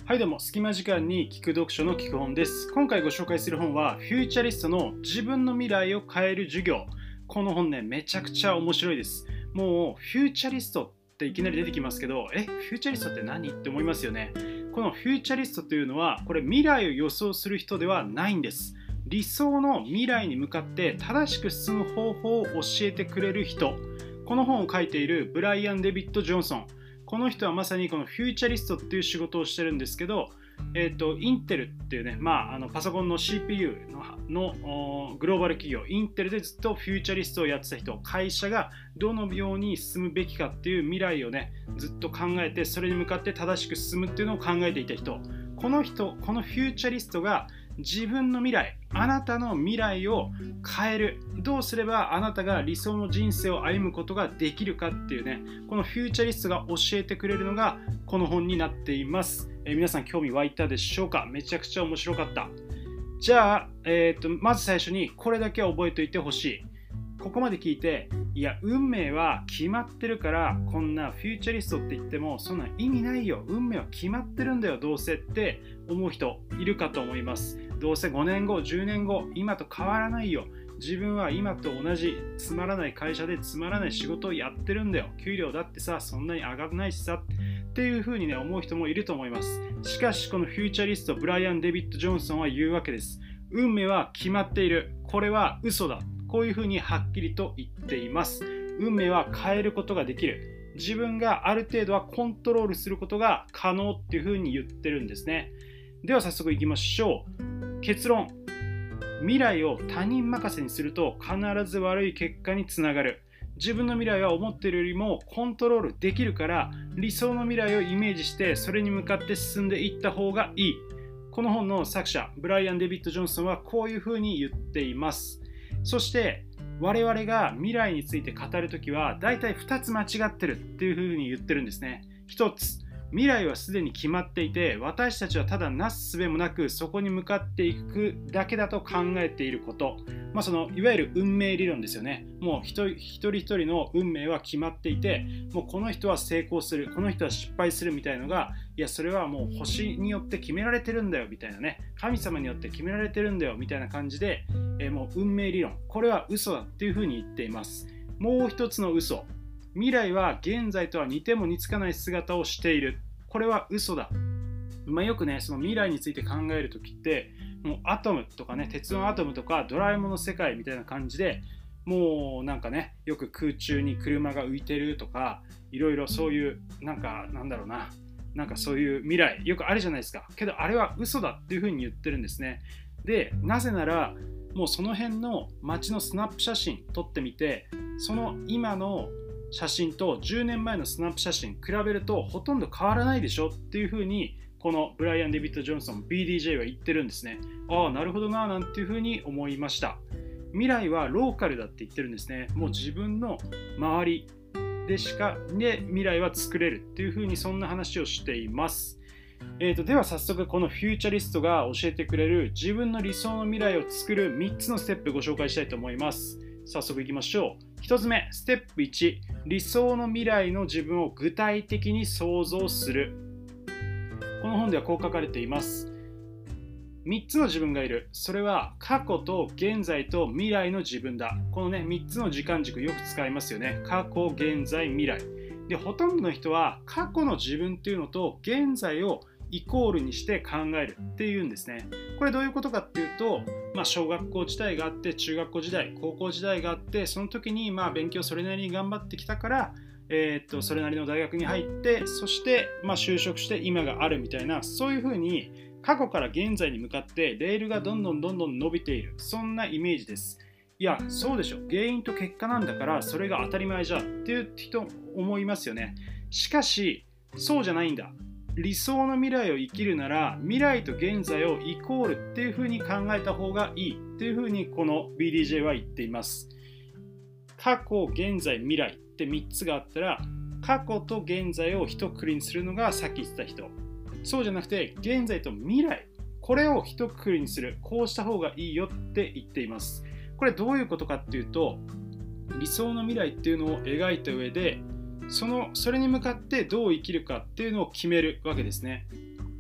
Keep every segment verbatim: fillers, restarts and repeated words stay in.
はいどうも、隙間時間に聞く読書の聞く本です。今回ご紹介する本は、フューチャリストの自分の未来を変える授業。この本ね、めちゃくちゃ面白いです。もう、フューチャリストっていきなり出てきますけど、え、フューチャリストって何って思いますよね。このフューチャリストというのは、これ未来を予想する人ではないんです。理想の未来に向かって正しく進む方法を教えてくれる人。この本を書いているブライアン・デビッド・ジョンソン。この人はまさにこのフューチャリストっていう仕事をしてるんですけど、えーと、インテルっていうね、まあ、あのパソコンの シーピーユー の, のグローバル企業、インテルでずっとフューチャリストをやってた人、会社がどのように進むべきかっていう未来をね、ずっと考えて、それに向かって正しく進むっていうのを考えていた人、この人、このフューチャリストが自分の未来、あなたの未来を変える。どうすればあなたが理想の人生を歩むことができるかっていうね、このフューチャリストが教えてくれるのがこの本になっています。えー、皆さん興味湧いたでしょうか？めちゃくちゃ面白かった。じゃあ、えーと、まず最初にこれだけは覚えておいてほしい。ここまで聞いて、いや、運命は決まってるから、こんなフューチャリストって言っても、そんな意味ないよ。運命は決まってるんだよ、どうせって思う人いるかと思います。どうせごねんご、じゅうねんご、今と変わらないよ。自分は今と同じつまらない会社でつまらない仕事をやってるんだよ。給料だってさ、そんなに上がらないしさ。っていう風にね、思う人もいると思います。しかし、このフューチャリスト、ブライアン・デビッド・ジョンソンは言うわけです。運命は決まっている。これは嘘だ。こういうふうにはっきりと言っています。運命は変えることができる。自分がある程度はコントロールすることが可能っていうふうに言ってるんですね。では早速いきましょう。結論。未来を他人任せにすると必ず悪い結果につながる。自分の未来は思っているよりもコントロールできるから、理想の未来をイメージしてそれに向かって進んでいった方がいい。この本の作者、ブライアン・デビッド・ジョンソンはこういうふうに言っています。そして我々が未来について語るときはだいたいふたつ間違ってるっていうふうに言ってるんですね。ひとつ、未来はすでに決まっていて私たちはただなすすべもなくそこに向かっていくだけだと考えていること、まあ、そのいわゆる運命理論ですよね。もう一人一人一人の運命は決まっていて、もうこの人は成功する、この人は失敗するみたいのが、いやそれはもう星によって決められてるんだよみたいなね、神様によって決められてるんだよみたいな感じで、えー、もう運命理論、これは嘘だっていうふうに言っています。もう一つの嘘、未来は現在とは似ても似つかない姿をしている。これは嘘だ。まあ、よくね、その未来について考えるときって、もうアトムとかね、鉄のアトムとかドラえもんの世界みたいな感じで、もうなんかね、よく空中に車が浮いてるとか、いろいろそういう、なんかなんだろうな、なんかそういう未来、よくあるじゃないですか。けどあれは嘘だっていうふうに言ってるんですね。で、なぜなら、もうその辺の街のスナップ写真撮ってみて、その今の写真とじゅうねんまえのスナップ写真比べるとほとんど変わらないでしょっていうふうにこのブライアン・デビッド・ジョンソン ビーディージェー は言ってるんですね。ああ、なるほどななんていうふうに思いました。未来はローカルだって言ってるんですね。もう自分の周りでしかで未来は作れるっていうふうにそんな話をしています。えーと、では早速このフューチャリストが教えてくれる自分の理想の未来を作るみっつのステップご紹介したいと思います。早速いきましょう。ひとつめ、ステップいち、理想の未来の自分を具体的に想像する。この本ではこう書かれています。みっつの自分がいる。それは過去と現在と未来の自分だ。このね、みっつの時間軸よく使いますよね。過去、現在、未来。で、ほとんどの人は過去の自分っていうのと現在をイコールにして考えるっていうんですね。これどういうことかっていうと、まあ、小学校時代があって、中学校時代、高校時代があって、その時にまあ勉強それなりに頑張ってきたから、えー、っとそれなりの大学に入って、そしてまあ就職して今があるみたいな、そういうふうに過去から現在に向かってレールがどんどんどんどん伸びている、そんなイメージです。いや、そうでしょ。原因と結果なんだから、それが当たり前じゃっていう人思いますよね。しかし、そうじゃないんだ。理想の未来を生きるなら未来と現在をイコールっていうふうに考えた方がいいっていうふうにこの ビーディージェー は言っています。過去、現在、未来ってみっつがあったら、過去と現在を一括りにするのがさっき言ってた人。そうじゃなくて現在と未来、これを一括りにする、こうした方がいいよって言っています。これどういうことかっていうと、理想の未来っていうのを描いた上でそのそれに向かってどう生きるかっていうのを決めるわけですね。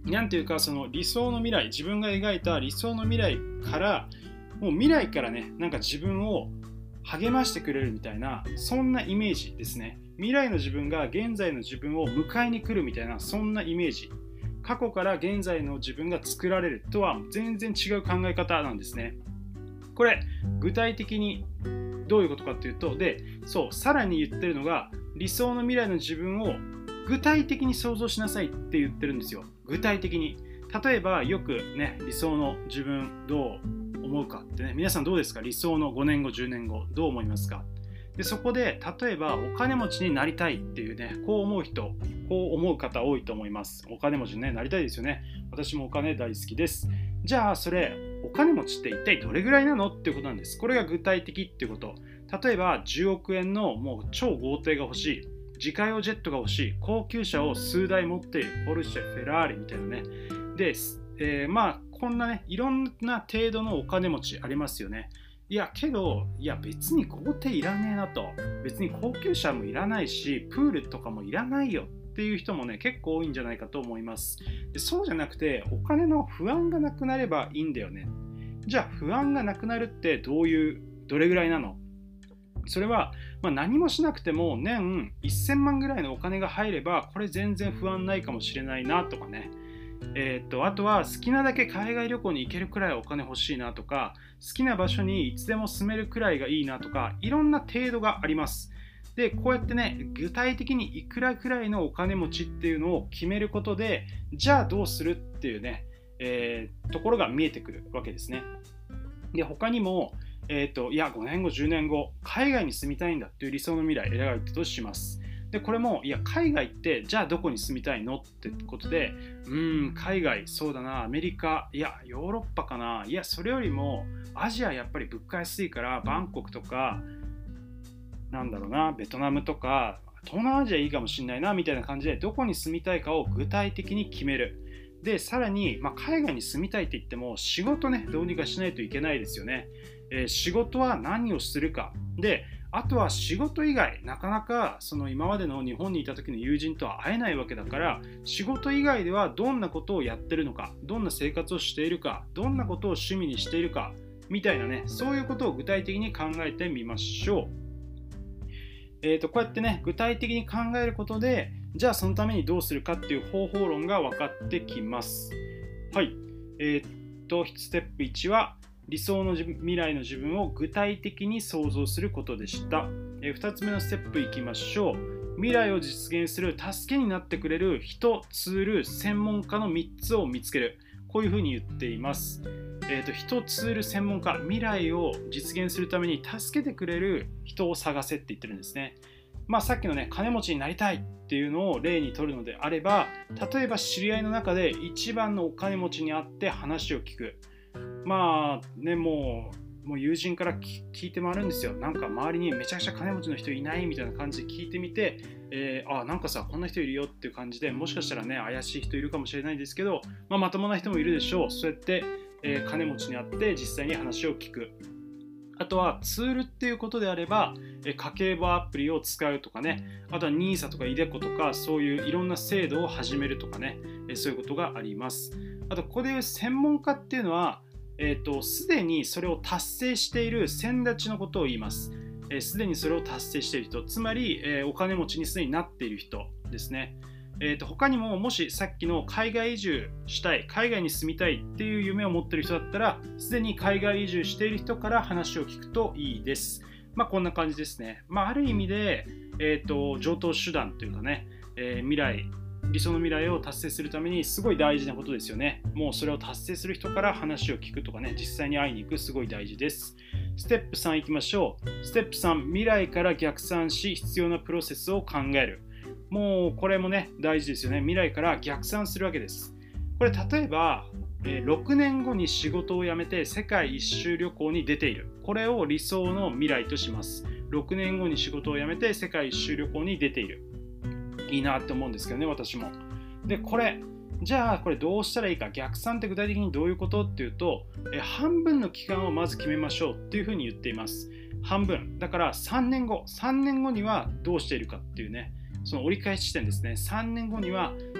なんていうか、その理想の未来、自分が描いた理想の未来から、もう未来からね、なんか自分を励ましてくれるみたいな、そんなイメージですね。未来の自分が現在の自分を迎えに来るみたいな、そんなイメージ。過去から現在の自分が作られるとは全然違う考え方なんですね。これ、具体的にどういうことかっていうと、で、そう、さらに言ってるのが、理想の未来の自分を具体的に想像しなさいって言ってるんですよ。具体的に。例えば、よくね、理想の自分どう思うかってね、皆さんどうですか？理想のごねんご、じゅうねんご、どう思いますか？で、そこで、例えば、お金持ちになりたいっていうね、こう思う人、こう思う方多いと思います。お金持ちに、ね、なりたいですよね。私もお金大好きです。じゃあ、それ、お金持ちって一体どれぐらいなのっていうことなんです。これが具体的っていうこと。例えば、じゅうおくえんのもう超豪邸が欲しい。自家用ジェットが欲しい。高級車を数台持っている。ポルシェ、フェラーリみたいなね。で、えー、まあ、こんなね、いろんな程度のお金持ちありますよね。いや、けど、いや、別に豪邸いらねえなと。別に高級車もいらないし、プールとかもいらないよっていう人もね、結構多いんじゃないかと思います。で、そうじゃなくて、お金の不安がなくなればいいんだよね。じゃあ、不安がなくなるってどういう、どれぐらいなの？それは、まあ、何もしなくても年せんまんぐらいのお金が入れば、これ全然不安ないかもしれないなとかね。えー、っとあとは好きなだけ海外旅行に行けるくらいお金欲しいなとか、好きな場所にいつでも住めるくらいがいいなとか、いろんな程度があります。で、こうやってね、具体的にいくらくらいのお金持ちっていうのを決めることで、じゃあどうするっていうね、えー、ところが見えてくるわけですね。で、他にも、えーと、いや、ごねんご、じゅうねんご、海外に住みたいんだっていう理想の未来を描いたとします。で、これも、いや、海外って、じゃあどこに住みたいのってことで、うーん、海外、そうだな、アメリカ、いや、ヨーロッパかな、いや、それよりも、アジアやっぱり物価安いから、バンコクとか、なんだろうな、ベトナムとか、東南アジアいいかもしれないな、みたいな感じで、どこに住みたいかを具体的に決める。で、さらに、まあ、海外に住みたいって言っても、仕事ね、どうにかしないといけないですよね。えー、仕事は何をするか。で、あとは仕事以外、なかなかその今までの日本にいた時の友人とは会えないわけだから、仕事以外ではどんなことをやってるのか、どんな生活をしているか、どんなことを趣味にしているか、みたいなね、そういうことを具体的に考えてみましょう。えーと、こうやってね、具体的に考えることで、じゃあそのためにどうするかっていう方法論が分かってきます。はい。えーと、ステップいちは、理想の未来の自分を具体的に想像することでした。えー、ふたつめのステップいきましょう。未来を実現する助けになってくれる人、ツール、専門家のみっつを見つける。こういうふうに言っています。えーと、人、ツール、専門家、未来を実現するために助けてくれる人を探せって言ってるんですね。まあ、さっきのね、金持ちになりたいっていうのを例にとるのであれば、例えば知り合いの中で一番のお金持ちに会って話を聞く。まあね、もう、もう友人から聞いて回るんですよ。なんか周りにめちゃくちゃ金持ちの人いないみたいな感じで聞いてみて、えー、あ、なんかさ、こんな人いるよっていう感じで、もしかしたらね、怪しい人いるかもしれないですけど、まあ、まともな人もいるでしょう。そうやって、えー、金持ちに会って実際に話を聞く。あとはツールっていうことであれば、え家計簿アプリを使うとかね、あとは ニーサ とか イデコ とか、そういういろんな制度を始めるとかね、えそういうことがあります。あと、ここでいう専門家っていうのは、えーと、すでにそれを達成している先立ちのことを言います。す、えー、でにそれを達成している人、つまり、えー、お金持ちにすでになっている人ですね。えーと、他にも、もしさっきの海外移住したい、海外に住みたいっていう夢を持っている人だったら、すでに海外移住している人から話を聞くといいです。まあ、こんな感じですね。まあ、ある意味で、えーと、常套手段というかね、えー、未来、理想の未来を達成するためにすごい大事なことですよね。もうそれを達成する人から話を聞くとかね、実際に会いに行く、すごい大事です。ステップさんいきましょう。ステップさん、未来から逆算し、必要なプロセスを考える。もうこれもね、大事ですよね。未来から逆算するわけです。これ例えば、ろくねんごに仕事を辞めて世界一周旅行に出ている。これを理想の未来とします。ろくねんごに仕事を辞めて世界一周旅行に出ている。いいなって思うんですけどね、私も。で、これ、じゃあこれどうしたらいいか、逆算って具体的にどういうことっていうと、え半分の期間をまず決めましょうっていうふうに言っています。半分。だからさんねんご、さんねんごにはどうしているかっていうね、その折り返し地点ですね。さんねんごには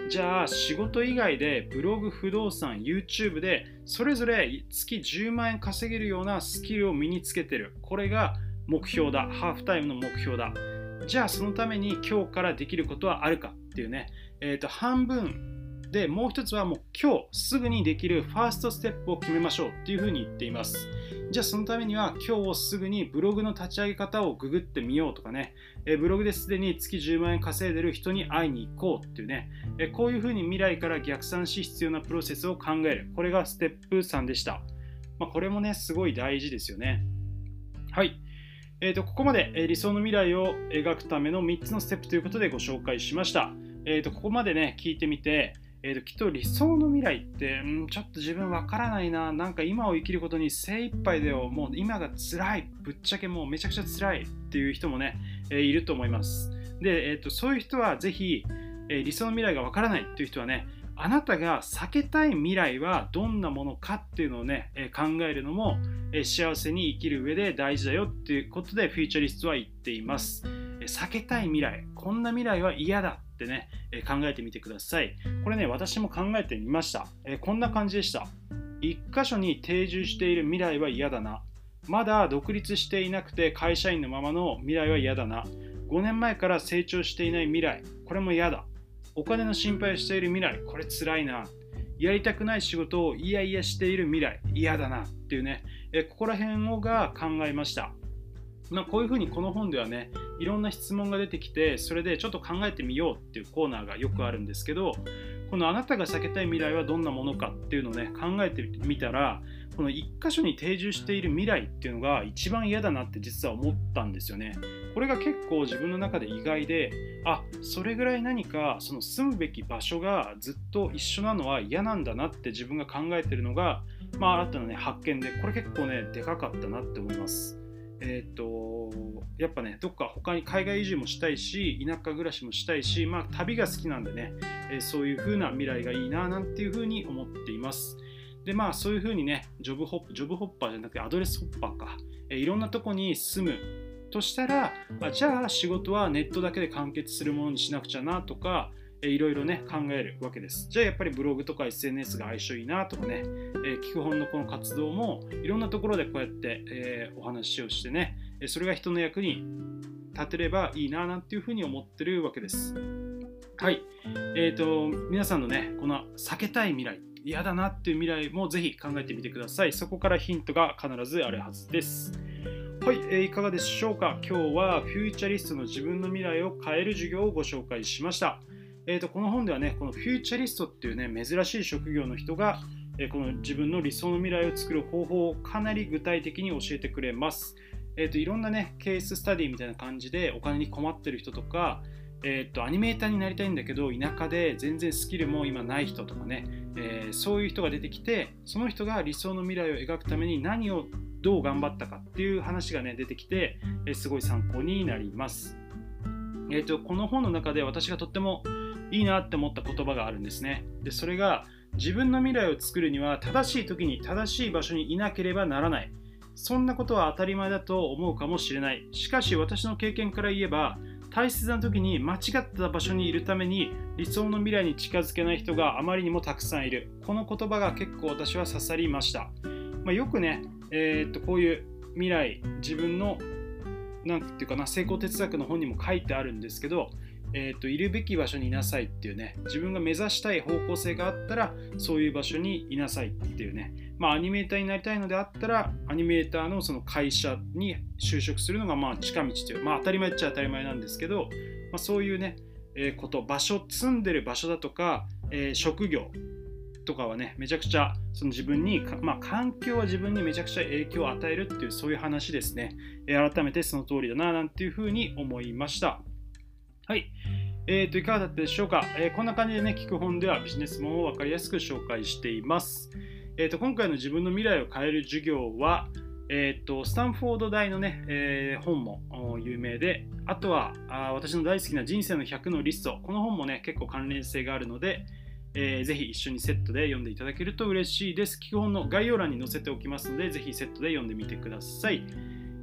じゃあ仕事以外でブログ、不動産、YouTube でそれぞれ月じゅうまんえん稼げるようなスキルを身につけてる。これが目標だ。ハーフタイムの目標だ。じゃあそのために今日からできることはあるかっていうね、えーと、半分で、もう一つはもう今日すぐにできるファーストステップを決めましょうっていうふうに言っています。じゃあそのためには今日すぐにブログの立ち上げ方をググってみようとかね、えブログですでに月じゅうまんえん稼いでる人に会いに行こうっていうね、えこういうふうに未来から逆算し必要なプロセスを考える。これがステップさんでした。まあ、これもね、すごい大事ですよね。はい。えーと、ここまで、えー、理想の未来を描くためのみっつのステップということでご紹介しました。えーと、ここまでね、聞いてみて、えーと、きっと理想の未来って、んちょっと自分わからないな、なんか今を生きることに精一杯だよ、もう今が辛い、ぶっちゃけもうめちゃくちゃ辛いっていう人もね、えー、いると思います。で、えーと、そういう人はぜひ、えー、理想の未来がわからないっていう人はね、あなたが避けたい未来はどんなものかっていうのをね、えー、考えるのも、えー、幸せに生きる上で大事だよっていうことでフューチャリストは言っています。えー、避けたい未来、こんな未来は嫌だってね、えー、考えてみてください。これね、私も考えてみました。えー、こんな感じでした。一箇所に定住している未来は嫌だな。まだ独立していなくて会社員のままの未来は嫌だな。ごねんまえから成長していない未来、これも嫌だ。お金の心配をしている未来、これ辛いな。やりたくない仕事をいやいやしている未来、嫌だなっていうね、えここら辺をが考えました。まあ、こういうふうにこの本ではね、いろんな質問が出てきて、それでちょっと考えてみようっていうコーナーがよくあるんですけど、このあなたが避けたい未来はどんなものかっていうのをね、考えてみたら、この一箇所に定住している未来っていうのが一番嫌だなって実は思ったんですよね。これが結構自分の中で意外で、あ、それぐらい何かその住むべき場所がずっと一緒なのは嫌なんだなって自分が考えてるのが、まあ新たなね、発見で、これ結構ね、でかかったなって思います。えっと、やっぱね、どっか他に海外移住もしたいし、田舎暮らしもしたいし、まあ旅が好きなんでね、えー、そういう風な未来がいいななんていう風に思っています。で、まあそういう風にね、ジョブホップ、ジョブホッパーじゃなくてアドレスホッパーか、えー、いろんなとこに住むとしたら、あ、じゃあ仕事はネットだけで完結するものにしなくちゃなとか、えー、いろいろね、考えるわけです。じゃあやっぱりブログとか エスエヌエス が相性いいなとかね、えー、聞く本のこの活動もいろんなところでこうやって、えー、お話をしてね、それが人の役に立てればいいななんていうふうに思ってるわけです。はい。えっと、皆さんのね、この避けたい未来、嫌だなっていう未来もぜひ考えてみてください。そこからヒントが必ずあるはずです。はい、えー、いかがでしょうか。今日はフューチャリストの自分の未来を変える授業をご紹介しました。えーと、この本ではね、このフューチャリストっていうね、珍しい職業の人が、えー、この自分の理想の未来を作る方法をかなり具体的に教えてくれます。えーと、いろんなね、ケーススタディみたいな感じでお金に困ってる人とか、えーと、アニメーターになりたいんだけど田舎で全然スキルも今ない人とかね、えー、そういう人が出てきて、その人が理想の未来を描くために何をどう頑張ったかっていう話がね出てきて、えー、すごい参考になります。えーと、この本の中で私がとってもいいなって思った言葉があるんですね。で、それが自分の未来を作るには正しい時に正しい場所にいなければならない。そんなことは当たり前だと思うかもしれない。しかし私の経験から言えば、大切な時に間違った場所にいるために理想の未来に近づけない人があまりにもたくさんいる。この言葉が結構私は刺さりました。まあ、よくね、えー、っとこういう未来、自分のなんていうかな、成功哲学の本にも書いてあるんですけど、えー、といるべき場所にいなさいっていうね、自分が目指したい方向性があったらそういう場所にいなさいっていうね、まあアニメーターになりたいのであったらアニメーターのその会社に就職するのがまあ近道という、まあ当たり前っちゃ当たり前なんですけど、まあ、そういうね、えー、こと、場所、住んでる場所だとか、えー、職業とかはね、めちゃくちゃその自分に、まあ、環境は自分にめちゃくちゃ影響を与えるっていう、そういう話ですね。えー、改めてその通りだななんていうふうに思いました。はい。えーと、いかがだったでしょうか。えー、こんな感じでね、聞く本ではビジネス本を分かりやすく紹介しています。えーと、今回の自分の未来を変える授業は、えーと、スタンフォード大のね、えー、本も有名で、あとはあ私の大好きな人生のひゃくのリスト。この本もね、結構関連性があるので、えー、ぜひ一緒にセットで読んでいただけると嬉しいです。聞く本の概要欄に載せておきますので、ぜひセットで読んでみてください。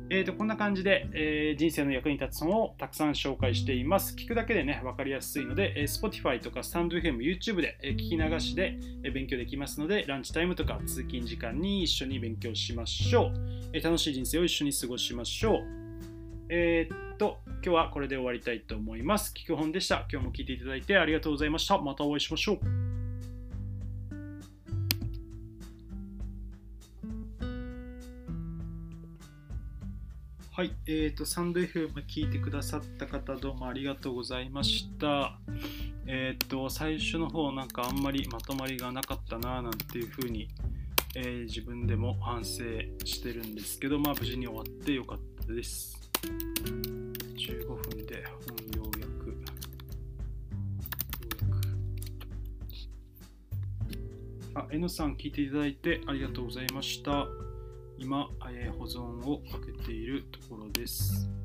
えーと、こんな感じで、えー人生の役に立つ本をたくさん紹介しています。聞くだけでね、わかりやすいので、えー Spotify とか スタンドエフエム、YouTube で、えー聞き流しで、えー勉強できますので、ランチタイムとか通勤時間に一緒に勉強しましょう。えー楽しい人生を一緒に過ごしましょう。えーっと、今日はこれで終わりたいと思います。聞く本でした。今日も聞いていただいてありがとうございました。またお会いしましょう。はい、えーと、サンド エフエム 聞いてくださった方、どうもありがとうございました。えーと、最初の方、なんかあんまりまとまりがなかったな、なんていうふうに、えー自分でも反省してるんですけど、まあ、無事に終わってよかったです。じゅうごふんで本ようやく、ようやく。あ、N さん聞いていただいてありがとうございました。今、えー保存をかけているところです。